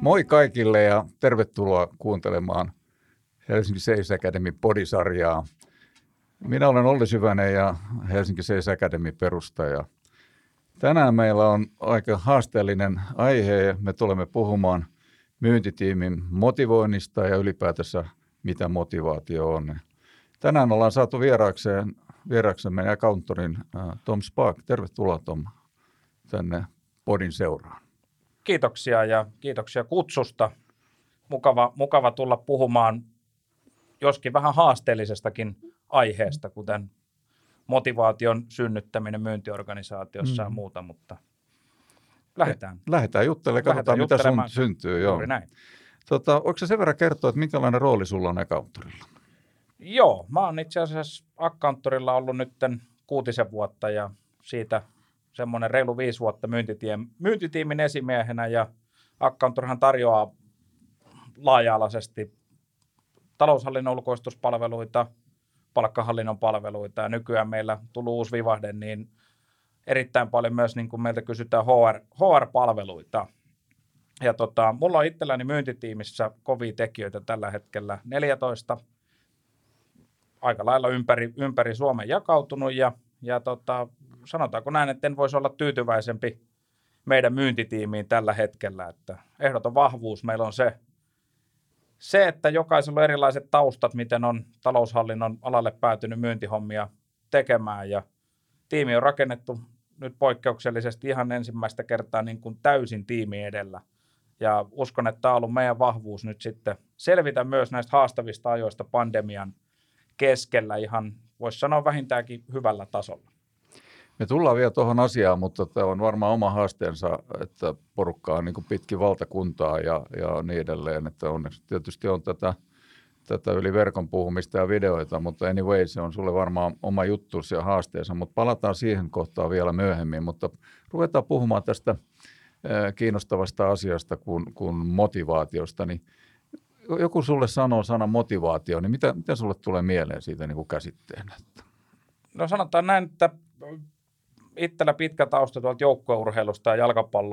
Moi kaikille ja tervetuloa kuuntelemaan Helsinki Sales Academy podisarjaa. Minä olen Olli Syvänen ja Helsinki Sales Academy perustaja. Tänään meillä on aika haasteellinen aihe. Me tulemme puhumaan myyntitiimin motivoinnista ja ylipäätänsä mitä motivaatio on. Tänään ollaan saatu vieraaksemme accounttorin Tom Spaak. Tervetuloa Tom tänne podin seuraan. Kiitoksia ja kiitoksia kutsusta. Mukava tulla puhumaan joskin vähän haasteellisestakin aiheesta, kuten motivaation synnyttäminen myyntiorganisaatiossa ja muuta, mutta Lähdetään juttelemaan, katsotaan mitä sun syntyy. Juuri näin. Voiko sen verran kertoa, että minkälainen rooli sulla on accounttorilla? Joo, mä oon itse asiassa accounttorilla ollut nyt 6 vuotta ja siitä semmoinen reilu 5 vuotta myyntitiimin esimiehenä, ja accounttorhan tarjoaa laaja-alaisesti taloushallinnon ulkoistuspalveluita, palkkahallinnon palveluita, ja nykyään meillä tullut uusi vivahde, niin erittäin paljon myös niin kuin meiltä kysytään HR-palveluita. Ja mulla on itselläni myyntitiimissä kovia tekijöitä tällä hetkellä 14, aika lailla ympäri Suomen jakautunut, ja sanotaanko näin, että en voisi olla tyytyväisempi meidän myyntitiimiin tällä hetkellä, että ehdoton vahvuus meillä on se, että jokaisella on erilaiset taustat, miten on taloushallinnon alalle päätynyt myyntihommia tekemään, ja tiimi on rakennettu nyt poikkeuksellisesti ihan ensimmäistä kertaa niin kuin täysin tiimi edellä, ja uskon, että tämä on ollut meidän vahvuus nyt sitten selvitä myös näistä haastavista ajoista pandemian keskellä ihan, voisi sanoa vähintäänkin hyvällä tasolla. Me tullaan vielä tuohon asiaan, mutta tämä on varmaan oma haasteensa, että porukkaa on niin kuin pitkin valtakuntaa ja niin edelleen. Että onneksi tietysti on tätä yli verkon puhumista ja videoita, mutta anyway, se on sulle varmaan oma juttusi ja haasteensa, mutta palataan siihen kohtaan vielä myöhemmin. Mutta ruvetaan puhumaan tästä kiinnostavasta asiasta kuin motivaatiosta. Niin joku sulle sanoo sana motivaatio, niin mitä sulle tulee mieleen siitä niin kuin käsitteenä? No sanotaan näin, että itsellä pitkä tausta tuolta joukkueurheilusta ja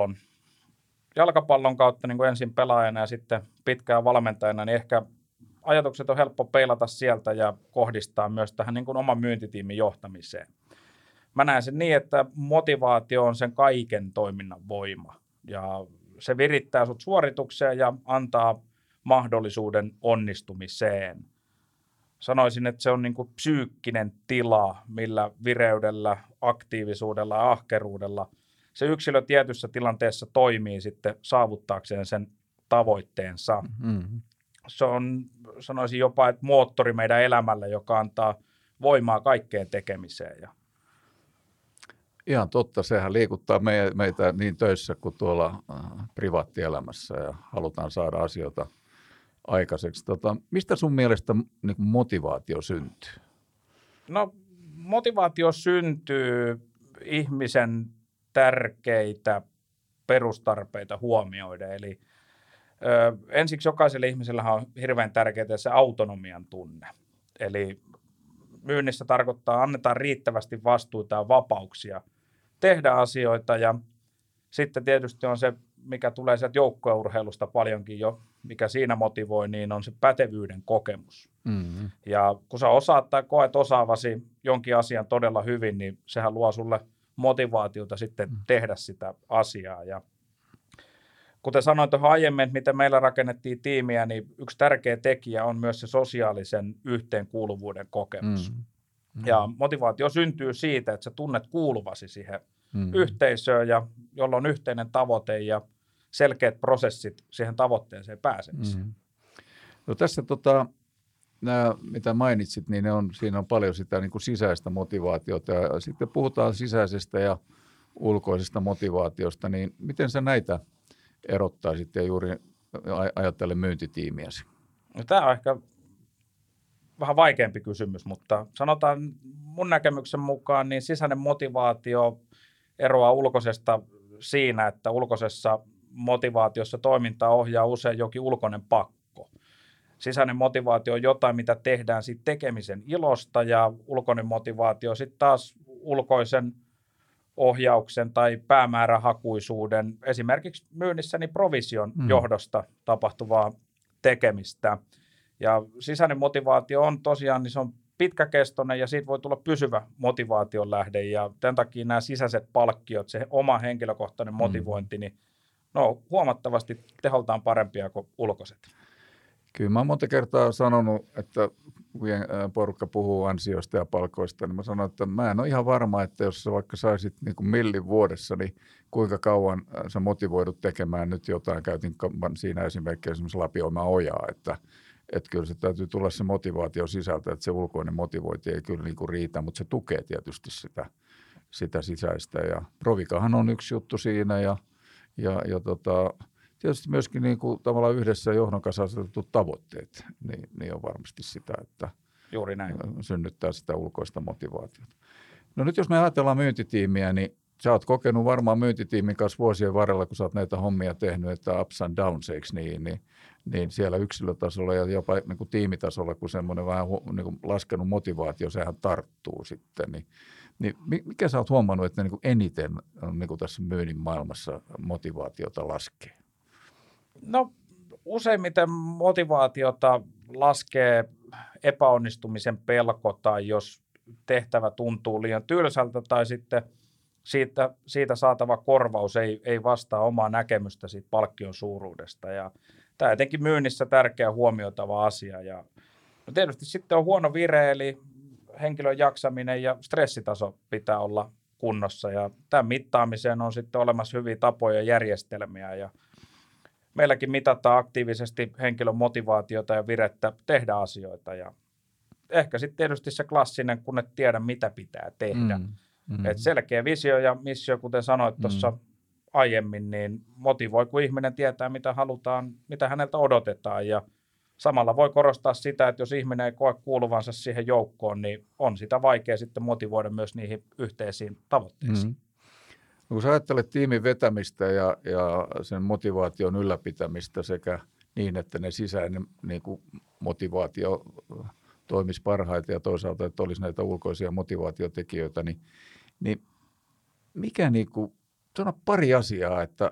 jalkapallon kautta niin kuin ensin pelaajana ja sitten pitkään valmentajana, niin ehkä ajatukset on helppo peilata sieltä ja kohdistaa myös tähän niin kuin oman myyntitiimin johtamiseen. Mä näen sen niin, että motivaatio on sen kaiken toiminnan voima, ja se virittää sut suoritukseen ja antaa mahdollisuuden onnistumiseen. Sanoisin, että se on niin kuin psyykkinen tila, millä vireydellä, aktiivisuudella ja ahkeruudella se yksilö tietyssä tilanteessa toimii sitten saavuttaakseen sen tavoitteensa. Mm-hmm. Se on, sanoisin jopa, että moottori meidän elämälle, joka antaa voimaa kaikkeen tekemiseen. Ihan totta, sehän liikuttaa meitä niin töissä kuin tuolla privaattielämässä, ja halutaan saada asioita aikaiseksi. Mistä sun mielestä niin kuin motivaatio syntyy? No, motivaatio syntyy ihmisen tärkeitä perustarpeita huomioiden. Eli ensiksi jokaiselle ihmisellä on hirveän tärkeää se autonomian tunne. Eli myynnissä tarkoittaa, annetaan riittävästi vastuuta ja vapauksia tehdä asioita, ja sitten tietysti on se, mikä tulee sieltä joukkueurheilusta paljonkin jo, mikä siinä motivoi, niin on se pätevyyden kokemus. Mm-hmm. Ja kun sä osaat tai koet osaavasi jonkin asian todella hyvin, niin sehän luo sulle motivaatiota sitten tehdä sitä asiaa. Ja kuten sanoin tuohon aiemmin, että miten meillä rakennettiin tiimiä, niin yksi tärkeä tekijä on myös se sosiaalisen yhteenkuuluvuuden kokemus. Mm-hmm. Ja motivaatio syntyy siitä, että sä tunnet kuuluvasi siihen yhteisöön, ja jolla on yhteinen tavoite ja selkeät prosessit siihen tavoitteeseen pääsemiseen. Mm-hmm. No tässä nämä, mitä mainitsit, niin siinä on paljon sitä niin kuin sisäistä motivaatiota, ja sitten puhutaan sisäisestä ja ulkoisesta motivaatiosta, niin miten sä näitä erottaisit ja juuri ajattele myyntitiimiäsi? No, tämä on ehkä vähän vaikeampi kysymys, mutta sanotaan mun näkemyksen mukaan, niin sisäinen motivaatio eroaa ulkoisesta siinä, että ulkoisessa motivaatiossa toimintaa ohjaa usein jokin ulkoinen pakko. Sisäinen motivaatio on jotain, mitä tehdään siitä tekemisen ilosta, ja ulkoinen motivaatio sitten taas ohjauksen tai päämäärähakuisuuden, esimerkiksi myynnissä niin provision johdosta tapahtuvaa tekemistä. Ja sisäinen motivaatio on tosiaan, niin se on pitkäkestoinen ja siitä voi tulla pysyvä motivaation lähde ja tämän takia nämä sisäiset palkkiot, se oma henkilökohtainen motivointi, niin ne on huomattavasti teholtaan parempia kuin ulkoiset. Kyllä mä oon monta kertaa sanonut, että kun porukka puhuu ansioista ja palkoista, niin mä sanon, että mä en ole ihan varma, että jos sä vaikka saisit niin kuin millin vuodessa, niin kuinka kauan sä motivoidut tekemään nyt jotain. Käytin siinä esimerkiksi lapioimaa ojaa, että kyllä se täytyy tulla se motivaatio sisältä, että se ulkoinen motivointi ei kyllä niin kuin riitä, mutta se tukee tietysti sitä sisäistä. Ja Provikahan on yksi juttu siinä ja tietysti myöskin niin kuin tavallaan yhdessä johdon kanssa asetetut tavoitteet, niin on varmasti sitä, että juuri näin synnyttää sitä ulkoista motivaatiota. No nyt jos me ajatellaan myyntitiimiä, niin sä oot kokenut varmaan myyntitiimin kanssa vuosien varrella, kun sä oot näitä hommia tehnyt, että ups and downs, eikö niin siellä yksilötasolla ja jopa niin kuin tiimitasolla, kun semmoinen vähän niin kuin laskenut motivaatio, sehän tarttuu sitten, niin mikä sä oot huomannut, että niin kuin eniten on niin kuin tässä myynnin maailmassa motivaatiota laskee? No useimmiten motivaatiota laskee epäonnistumisen pelko tai jos tehtävä tuntuu liian tylsältä tai sitten siitä saatava korvaus ei vastaa omaa näkemystä siitä palkkion suuruudesta. Ja tämä etenkin myynnissä tärkeä huomioitava asia. Ja no tietysti sitten on huono vire, eli henkilön jaksaminen ja stressitaso pitää olla kunnossa. Ja tämän mittaamiseen on sitten olemassa hyviä tapoja ja järjestelmiä. Ja meilläkin mitataan aktiivisesti henkilön motivaatiota ja virettä tehdä asioita. Ja ehkä sitten tietysti se klassinen, kun et tiedä, mitä pitää tehdä. Et selkeä visio ja missio, kuten sanoit tuossa aiemmin, niin motivoi, kun ihminen tietää, mitä halutaan, mitä häneltä odotetaan. Ja samalla voi korostaa sitä, että jos ihminen ei koe kuuluvansa siihen joukkoon, niin on sitä vaikea sitten motivoida myös niihin yhteisiin tavoitteisiin. No, kun sä ajattelet tiimin vetämistä ja sen motivaation ylläpitämistä sekä niin, että ne sisäinen niin kuin motivaatio toimisi parhaiten ja toisaalta, että olisi näitä ulkoisia motivaatiotekijöitä, niin mikä niin kuin, sano pari asiaa, että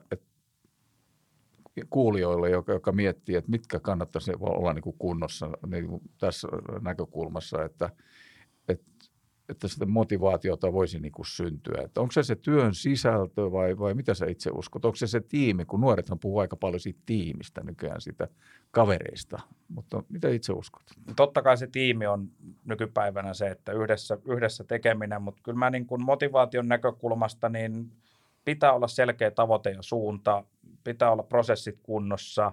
kuulijoille, joka miettii, että mitkä kannattaisi olla niin kuin kunnossa niin kuin tässä näkökulmassa, että sitä motivaatiota voisi niin kuin syntyä. Että onko se työn sisältö vai mitä sä itse uskot? Onko se tiimi, kun nuorethan puhuu aika paljon siitä tiimistä nykyään, siitä kavereista, mutta mitä itse uskot? Totta kai se tiimi on nykypäivänä se, että yhdessä tekeminen, mutta kyllä mä niin kuin motivaation näkökulmasta niin pitää olla selkeä tavoite ja suunta, pitää olla prosessit kunnossa.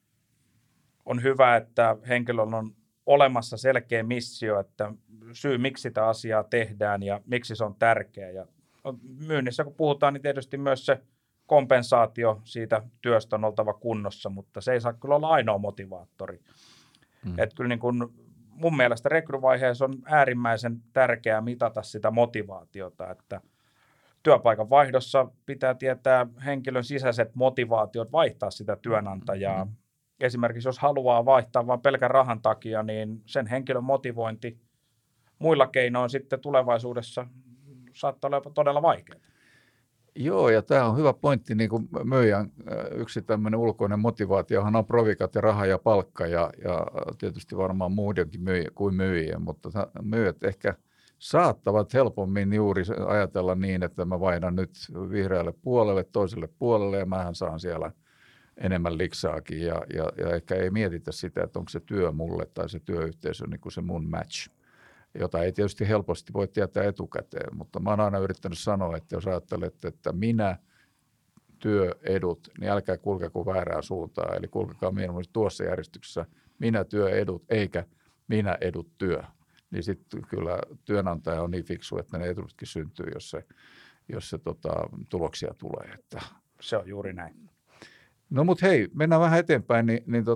On hyvä, että henkilöllä on olemassa selkeä missio, että syy, miksi sitä asiaa tehdään ja miksi se on tärkeä. Ja myynnissä, kun puhutaan, niin tietysti myös se kompensaatio siitä työstä on oltava kunnossa, mutta se ei saa kyllä olla ainoa motivaattori. Että kyllä niin kuin mun mielestä rekryvaiheessa on äärimmäisen tärkeää mitata sitä motivaatiota, että työpaikan vaihdossa pitää tietää henkilön sisäiset motivaatiot vaihtaa sitä työnantajaa. Esimerkiksi jos haluaa vaihtaa vain pelkän rahan takia, niin sen henkilön motivointi muilla keinoin sitten tulevaisuudessa saattaa olla jopa todella vaikeaa. Joo, ja tämä on hyvä pointti, niin kuin myyjän yksi tämmöinen ulkoinen motivaatiohan on provikat ja raha ja palkka ja tietysti varmaan muidenkin kuin myyjien, mutta myyjät ehkä saattavat helpommin juuri ajatella niin, että mä vaihdan nyt vihreälle puolelle, toiselle puolelle ja mähän saan siellä enemmän liksaakin ja ehkä ei mietitä sitä, että onko se työ mulle tai se työyhteisö niin kuin se mun match, jota ei tietysti helposti voi tietää etukäteen, mutta mä oon aina yrittänyt sanoa, että jos ajattelet, että minä työedut, niin älkää kulkeko väärään suuntaan, eli kulkekaa mieluummin tuossa järjestyksessä minä työedut eikä minä edut työ, niin sitten kyllä työnantaja on niin fiksu, että ne edutkin syntyy, jos se tuloksia tulee. Että. Se on juuri näin. No mutta hei, mennään vähän eteenpäin, niin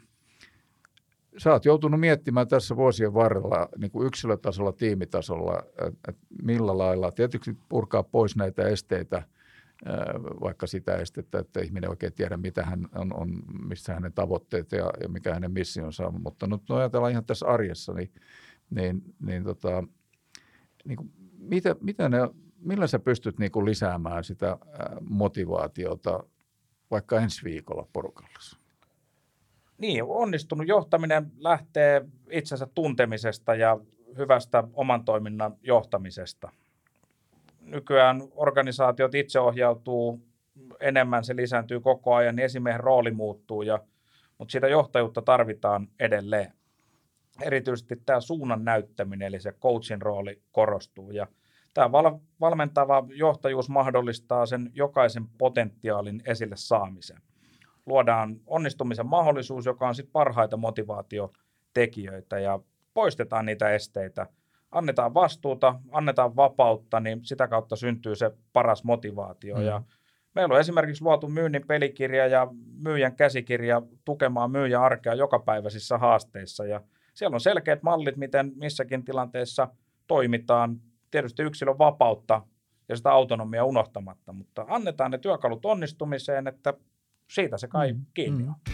sä oot joutunut miettimään tässä vuosien varrella niin kuin yksilötasolla, tiimitasolla, että millä lailla, tietysti purkaa pois näitä esteitä, vaikka sitä estettä, että ihminen oikein tiedä, mitä hän on missä hänen tavoitteet ja mikä hänen missionsa on, mutta nyt ajatellaan ihan tässä arjessa, niin mitä ne millä sä pystyt niin kuin lisäämään sitä motivaatiota vaikka ensi viikolla porukalla? Niin, onnistunut johtaminen lähtee itsensä tuntemisesta ja hyvästä oman toiminnan johtamisesta. Nykyään organisaatiot itse ohjautuu enemmän, se lisääntyy koko ajan, niin esimiehen rooli muuttuu, mutta sitä johtajuutta tarvitaan edelleen. Erityisesti tämä suunnan näyttäminen, eli se coachin rooli korostuu. Ja tämä valmentava johtajuus mahdollistaa sen jokaisen potentiaalin esille saamisen. Luodaan onnistumisen mahdollisuus, joka on sitten parhaita motivaatiotekijöitä ja poistetaan niitä esteitä. Annetaan vastuuta, annetaan vapautta, niin sitä kautta syntyy se paras motivaatio. Ja meillä on esimerkiksi luotu myynnin pelikirja ja myyjän käsikirja tukemaan myyjän arkea jokapäiväisissä haasteissa. Ja siellä on selkeät mallit, miten missäkin tilanteessa toimitaan. Tietysti yksilön vapautta ja sitä autonomiaa unohtamatta, mutta annetaan ne työkalut onnistumiseen, että siitä se kai kiinni on.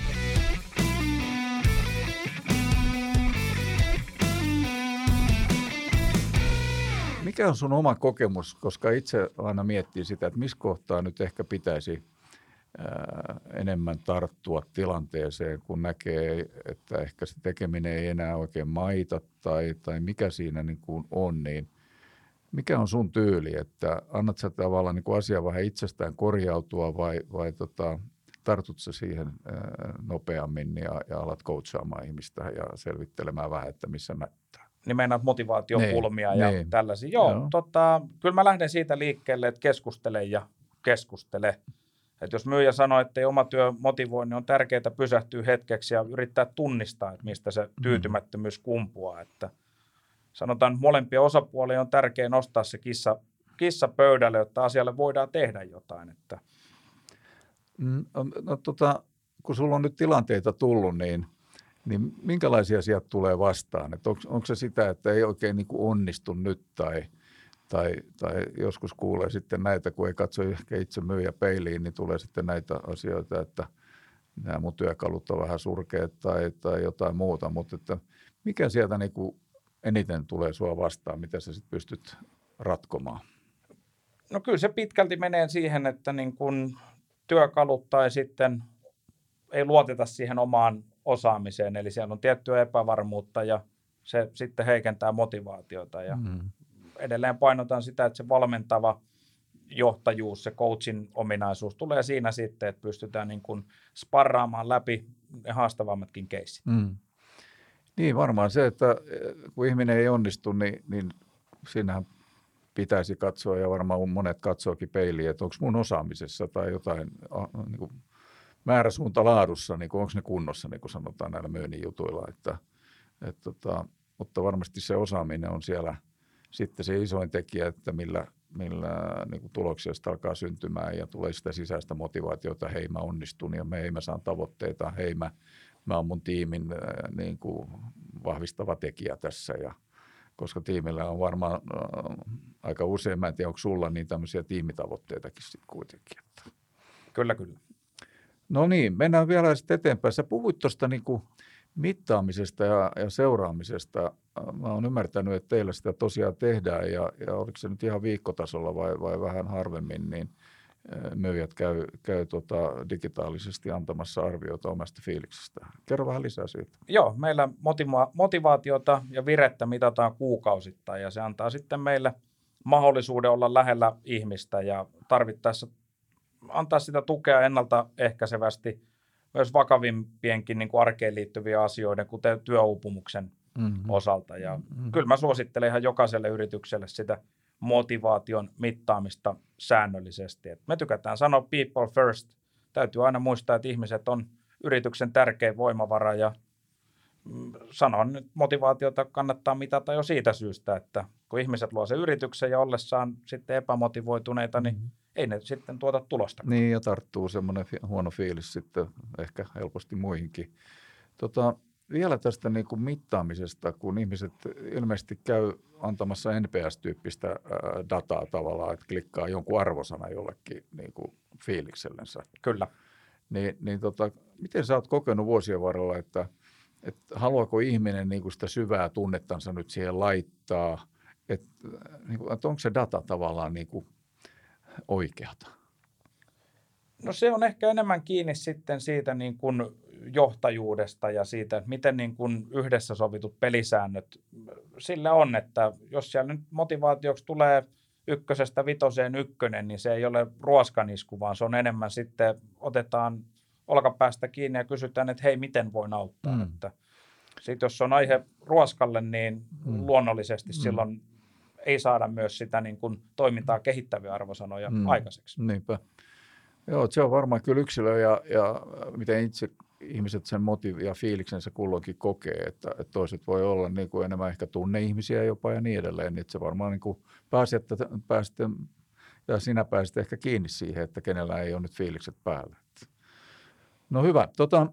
Mikä on sun oma kokemus, koska itse aina miettii sitä, että missä kohtaa nyt ehkä pitäisi enemmän tarttua tilanteeseen, kun näkee, että ehkä se tekeminen ei enää oikein maita tai mikä siinä niin kuin on, niin mikä on sun tyyli, että annat sä tavallaan niin kuin asia vähän itsestään korjautua vai tartut sä siihen nopeammin ja alat coachaamaan ihmistä ja selvittelemään vähän, että missä mättää? Nimenomaan motivaatiopulmia ja tällaisia. Joo. Kyllä mä lähden siitä liikkeelle, että keskustele. Että jos myyjä sanoo, että ei oma työ motivoi, niin on tärkeää pysähtyä hetkeksi ja yrittää tunnistaa, että mistä se tyytymättömyys kumpuaa. Että sanotaan, että molempia osapuolia on tärkeää nostaa se kissa pöydälle, jotta asialle voidaan tehdä jotain. Että. Kun sulla on nyt tilanteita tullut, niin minkälaisia sieltä tulee vastaan? Onko se sitä, että ei oikein niin kuin onnistu nyt tai joskus kuulee sitten näitä, kun ei katso ehkä itse myyjä peiliin, niin tulee sitten näitä asioita, että nämä mun työkalut on vähän surkeat tai jotain muuta, mutta että mikä sieltä niin kuin eniten tulee sua vastaan, mitä sä sitten pystyt ratkomaan? No kyllä se pitkälti menee siihen, että niin kun työkalut tai sitten ei luoteta siihen omaan osaamiseen, eli siellä on tiettyä epävarmuutta ja se sitten heikentää motivaatiota ja edelleen painotan sitä, että se valmentava johtajuus, se coachin ominaisuus tulee siinä sitten, että pystytään niin kuin sparraamaan läpi ne haastavammatkin keissit. Niin varmaan se, että kun ihminen ei onnistu, niin siinähän pitäisi katsoa ja varmaan monet katsookin peiliin, että onko mun osaamisessa tai jotain niin kuin määräsuunta laadussa, niin onko ne kunnossa, niin kuin sanotaan näillä myynnin jutuilla. Mutta varmasti se osaaminen on siellä sitten se isoin tekijä, että millä niin kuin tuloksia sitä alkaa syntymään ja tulee sitä sisäistä motivaatiota, hei mä onnistun ja hei mä saan tavoitteita, hei mä oon mun tiimin niin kuin vahvistava tekijä tässä ja koska tiimillä on varmaan aika usein, mä en tiedä onko sulla niin tämmöisiä tiimitavoitteitakin sitten kuitenkin. Että. Kyllä. No niin, mennään vielä sitten eteenpäin. Sä puhuit tuosta niinku mittaamisesta ja seuraamisesta. Mä oon ymmärtänyt, että teillä sitä tosiaan tehdään ja oliko se nyt ihan viikkotasolla vai vähän harvemmin, niin myyjät käy digitaalisesti antamassa arviota omasta fiiliksestä. Kerro vähän lisää siitä. Joo, meillä motivaatiota ja virettä mitataan kuukausittain ja se antaa sitten meille mahdollisuuden olla lähellä ihmistä ja tarvittaessa antaa sitä tukea ennaltaehkäisevästi myös vakavimpienkin niin kuin arkeen liittyviä asioiden, kuten työuupumuksen osalta. Ja kyllä mä suosittelen ihan jokaiselle yritykselle sitä motivaation mittaamista säännöllisesti. Et me tykätään sanoa people first. Täytyy aina muistaa, että ihmiset on yrityksen tärkein voimavara ja sanon nyt motivaatiota kannattaa mitata jo siitä syystä, että kun ihmiset luo sen yrityksen ja ollessaan sitten epämotivoituneita, niin ei ne sitten tuota tulosta. Niin, ja tarttuu semmoinen huono fiilis sitten ehkä helposti muihinkin. Vielä tästä niin kuin mittaamisesta, kun ihmiset ilmeisesti käy antamassa NPS-tyyppistä dataa tavallaan, että klikkaa jonkun arvosana jollekin niin kuin fiiliksellensä. Kyllä. Miten sä oot kokenut vuosien varrella, että haluaako ihminen niin kuin sitä syvää tunnettansa nyt siihen laittaa, että onko se data tavallaan niin kuin oikeata? No se on ehkä enemmän kiinni sitten siitä niin kuin johtajuudesta ja siitä, että miten niin kuin yhdessä sovitut pelisäännöt sillä on, että jos siellä nyt motivaatioksi tulee 1-5 ykkönen, niin se ei ole ruoskanisku, vaan se on enemmän sitten otetaan olkapäästä kiinni ja kysytään, että hei, miten voin auttaa. Että sitten jos on aihe ruoskalle, niin luonnollisesti silloin ei saada myös sitä niin kuin toimintaa kehittäviä arvosanoja aikaiseksi. Niinpä. Joo, se on varmaan kyllä yksilö ja miten itse ihmiset sen ja fiiliksensä kulloinkin kokee, että toiset voi olla niin kuin enemmän ehkä tunneihmisiä jopa ja niin edelleen, niin että se varmaan niin kuin sinä pääset ehkä kiinni siihen, että kenellä ei ole nyt fiilikset päällä. No hyvä.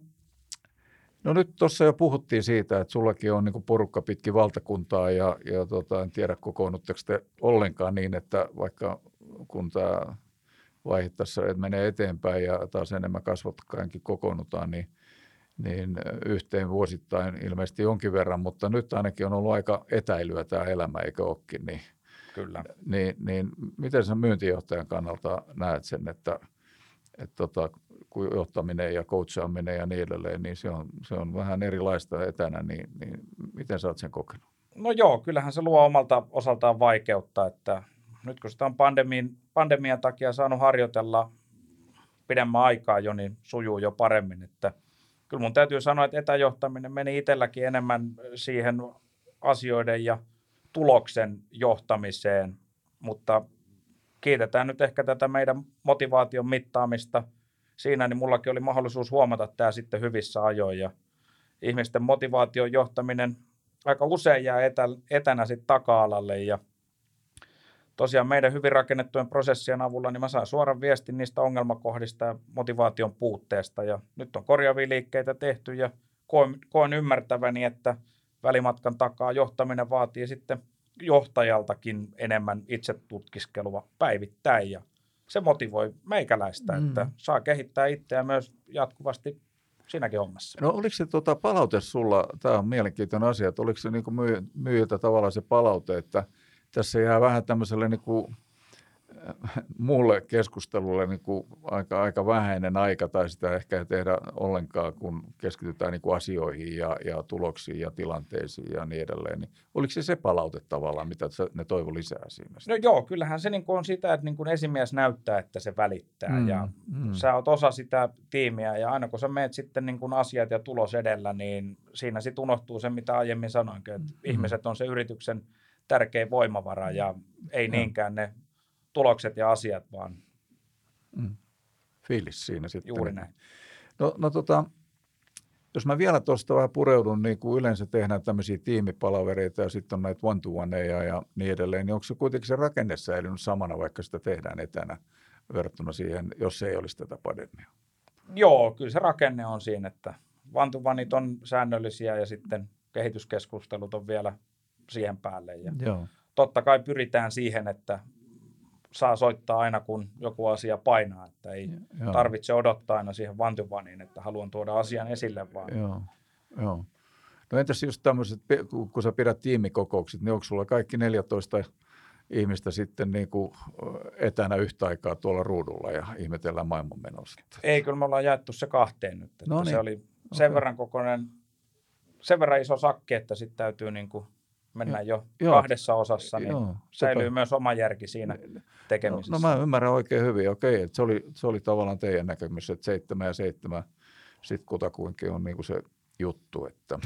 No nyt tuossa jo puhuttiin siitä, että sullakin on niin kuin porukka pitkin valtakuntaa ja en tiedä kokoonnutteko te ollenkaan niin, että vaikka kun tämä vaihe tässä menee eteenpäin ja taas enemmän kasvokkainkin kokoonnutaan, niin yhteen vuosittain ilmeisesti jonkin verran, mutta nyt ainakin on ollut aika etäilyä tämä elämä, eikö olekin? Niin, kyllä. Niin miten sä myyntijohtajan kannalta näet sen, että kun johtaminen ja coachaaminen ja niin edelleen, niin se on vähän erilaista etänä, niin miten sä oot sen kokenut? No joo, kyllähän se luo omalta osaltaan vaikeutta, että nyt kun sitä on pandemian takia saanut harjoitella pidemmän aikaa jo, niin sujuu jo paremmin. Että kyllä mun täytyy sanoa, että etäjohtaminen meni itselläkin enemmän siihen asioiden ja tuloksen johtamiseen, mutta kiitetään nyt ehkä tätä meidän motivaation mittaamista. Siinä niin mullakin oli mahdollisuus huomata tämä sitten hyvissä ajoin ja ihmisten motivaation johtaminen aika usein jää etänä sitten taka-alalle ja tosiaan meidän hyvin rakennettujen prosessien avulla niin mä saan suoran viestin niistä ongelmakohdista ja motivaation puutteesta ja nyt on korjaavia liikkeitä tehty ja koen ymmärtäväni, että välimatkan takaa johtaminen vaatii sitten johtajaltakin enemmän itsetutkiskelua päivittäin ja se motivoi meikäläistä, että saa kehittää itseä myös jatkuvasti siinäkin hommassa. No oliko se palaute sulla, tämä on mielenkiintoinen asia, että oliko se niin myyjiltä tavallaan se palaute, että tässä jää vähän tämmöiselle niin kuin muulle keskustelulle niin kuin aika vähäinen aika tai sitä ehkä ei tehdä ollenkaan, kun keskitytään niin kuin asioihin ja tuloksiin ja tilanteisiin ja niin edelleen. Niin oliko se palaute tavallaan, mitä ne toivo lisää siinä? No joo, kyllähän se niin kuin on sitä, että niin kuin esimies näyttää, että se välittää ja sä oot osa sitä tiimiä ja aina kun sä meet sitten niin kuin asiat ja tulos edellä, niin siinä sitten unohtuu se, mitä aiemmin sanoinkin, että ihmiset on se yrityksen tärkein voimavara ja ei niinkään ne tulokset ja asiat, vaan fiilis siinä sitten. Juuri näin. No jos mä vielä tuosta vähän pureudun, niin kuin yleensä tehdään tämmöisiä tiimipalavereita ja sitten on näitä one-to-oneja ja niin edelleen, niin onko se kuitenkin se rakenne säilynyt samana, vaikka sitä tehdään etänä verrattuna siihen, jos ei olisi tätä pandemiaa? Joo, kyllä se rakenne on siinä, että one-to-oneit on säännöllisiä ja sitten kehityskeskustelut on vielä siihen päälle. Ja totta kai pyritään siihen, että saa soittaa aina, kun joku asia painaa, että ei tarvitse odottaa aina siihen one-to-oneen, että haluan tuoda asian esille vaan. Joo. No entäs just tämmöiset, kun sä pidät tiimikokoukset, niin onko sulla kaikki 14 ihmistä sitten niin kuin etänä yhtä aikaa tuolla ruudulla ja ihmetellään maailmanmenossa? Ei, kyllä me ollaan jaettu se 2 nyt. Että no niin. Se oli sen verran kokoinen, sen verran iso sakki, että sitten täytyy niin kuin mennä jo 2 osassa, niin säilyy myös oma järki siinä tekemisessä. No mä ymmärrän oikein hyvin, okei, että se oli tavallaan teidän näkemys, että 7 ja 7 sitten kutakuinkin on niin kuin se juttu, että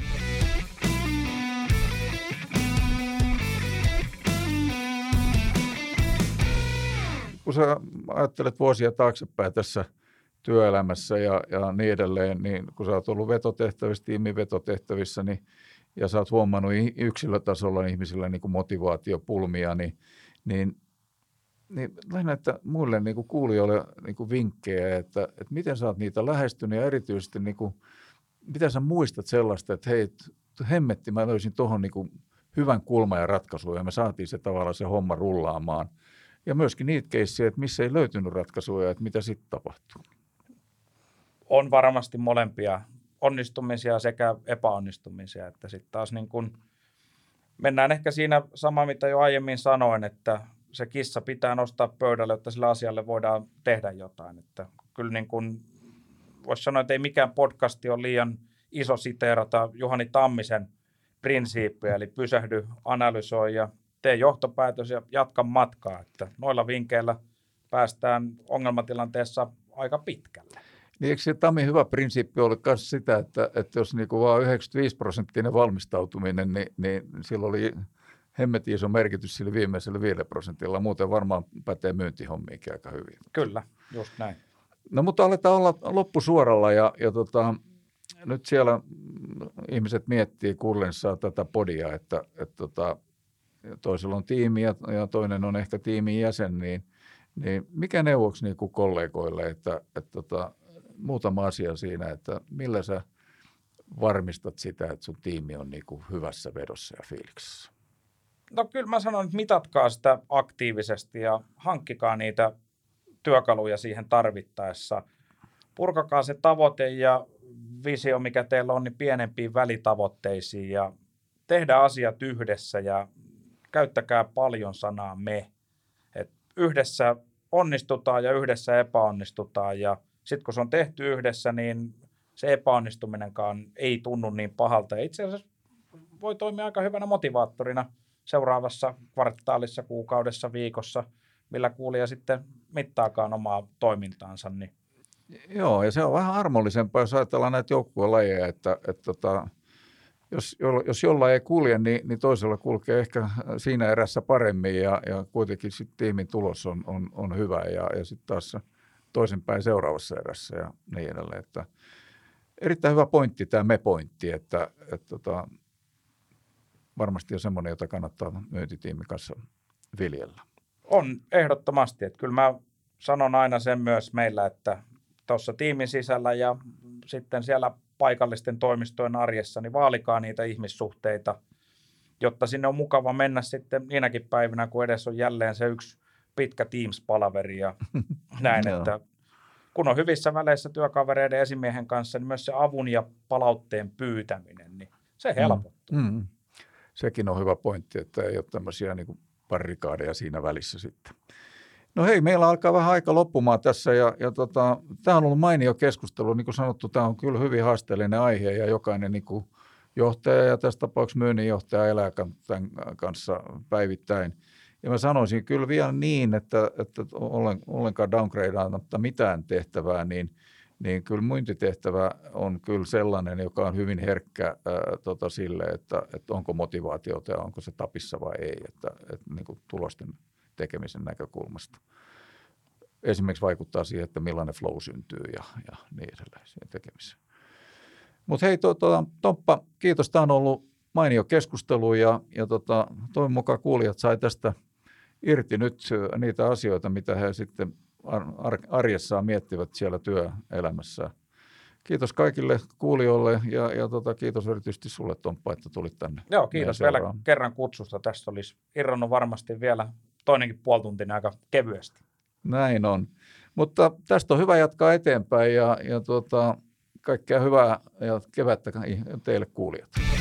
kun sä ajattelet vuosia taaksepäin tässä työelämässä ja niin edelleen, niin kun sä oot ollut vetotehtävissä, tiimivetotehtävissä, niin ja sä oot huomannut yksilötasolla ihmisillä niin kuin motivaatiopulmia, niin lähinnä, että muille niin kuin kuulijoille niin kuin vinkkejä, että miten sä oot niitä lähestynyt ja erityisesti niin kuin, mitä sä muistat sellaista, että hei, hemmetti, mä löysin tuohon niin kuin hyvän kulman ja ratkaisun ja me saatiin se tavallaan se homma rullaamaan. Ja myöskin niitä keissejä, että missä ei löytynyt ratkaisuja, että mitä sitten tapahtuu. On varmasti molempia onnistumisia sekä epäonnistumisia, että sitten taas niin kun mennään ehkä siinä sama, mitä jo aiemmin sanoin, että se kissa pitää nostaa pöydälle, jotta sillä asialle voidaan tehdä jotain. Että kyllä niin kuin voisi sanoa, että ei mikään podcasti ole liian iso siteerata Juhani Tammisen prinsiippiä, eli pysähdy, analysoi ja tee johtopäätös ja jatka matkaa. Että noilla vinkkeillä päästään ongelmatilanteessa aika pitkälle. Niin eikö se Tammin hyvä prinsiippi ole myös sitä, että jos niinku vaan 95% valmistautuminen, niin sillä oli hemmetin iso merkitys sillä viimeisellä 5%. Muuten varmaan pätee myyntihommiinkin aika hyvin. Kyllä, just näin. No mutta aletaan olla loppusuoralla ja nyt siellä ihmiset miettii kuullessaan tätä podia, että toisella on tiimi ja toinen on ehkä tiimin jäsen, niin mikä neuvoksi niin kuin kollegoille, että muutama asia siinä, että millä sä varmistat sitä, että sun tiimi on niin kuin hyvässä vedossa ja fiiliksessä? No kyllä mä sanon, että mitatkaa sitä aktiivisesti ja hankkikaa niitä työkaluja siihen tarvittaessa. Purkakaa se tavoite ja visio, mikä teillä on, niin pienempiin välitavoitteisiin ja tehdään asiat yhdessä ja käyttäkää paljon sanaa me. Et yhdessä onnistutaan ja yhdessä epäonnistutaan ja sitten kun se on tehty yhdessä, niin se epäonnistuminenkaan ei tunnu niin pahalta. Ja itse asiassa voi toimia aika hyvänä motivaattorina seuraavassa kvartaalissa, kuukaudessa, viikossa, millä kuulija sitten mittaakaan omaa toimintaansa. Niin. Joo, ja se on vähän armollisempaa, jos ajatellaan näitä joukkuelajeja, että jos jollain ei kulje, niin toisella kulkee ehkä siinä erässä paremmin ja kuitenkin sitten tiimin tulos on hyvä ja sitten taas toisinpäin seuraavassa erässä ja niin edelleen. Että erittäin hyvä pointti tämä me-pointti, että varmasti on semmoinen, jota kannattaa myyntitiimin kanssa viljellä. On ehdottomasti, että kyllä mä sanon aina sen myös meillä, että tuossa tiimin sisällä ja sitten siellä paikallisten toimistojen arjessa, niin vaalikaa niitä ihmissuhteita, jotta sinne on mukava mennä sitten niinäkin päivinä, kun edes on jälleen se yksi pitkä Teams-palaveri ja näin, että kun on hyvissä väleissä työkavereiden esimiehen kanssa, niin myös se avun ja palautteen pyytäminen, niin se helpottuu. Sekin on hyvä pointti, että ei ole tämmöisiä niin kuin barrikaadeja siinä välissä sitten. No hei, meillä alkaa vähän aika loppumaan tässä ja tämä on ollut mainio keskustelu. Niin kuin sanottu, tämä on kyllä hyvin haasteellinen aihe ja jokainen niin kuin johtaja ja tässä tapauksessa myynninjohtaja elää tämän kanssa päivittäin. Ja mä sanoisin kyllä vielä niin, että ollenkaan downgradeaamatta mitään tehtävää, niin kyllä myyntitehtävä on kyllä sellainen, joka on hyvin herkkä sille, että onko motivaatiota ja onko se tapissa vai ei, että niin kuin tulosten tekemisen näkökulmasta. Esimerkiksi vaikuttaa siihen, että millainen flow syntyy ja niin edelleen siihen tekemiseen. Mutta hei Tomppa, kiitos. Tämä on ollut mainio keskustelu ja toivon mukaan kuulijat sai tästä irti nyt niitä asioita, mitä he sitten arjessaan miettivät siellä työelämässä. Kiitos kaikille kuulijoille ja kiitos erityisesti sulle Tomppa, että tulit tänne. Joo, kiitos vielä kerran kutsusta. Tästä olisi irronnut varmasti vielä toinenkin puolituntinen aika kevyesti. Näin on. Mutta tästä on hyvä jatkaa eteenpäin ja kaikkea hyvää ja kevättä teille kuulijat.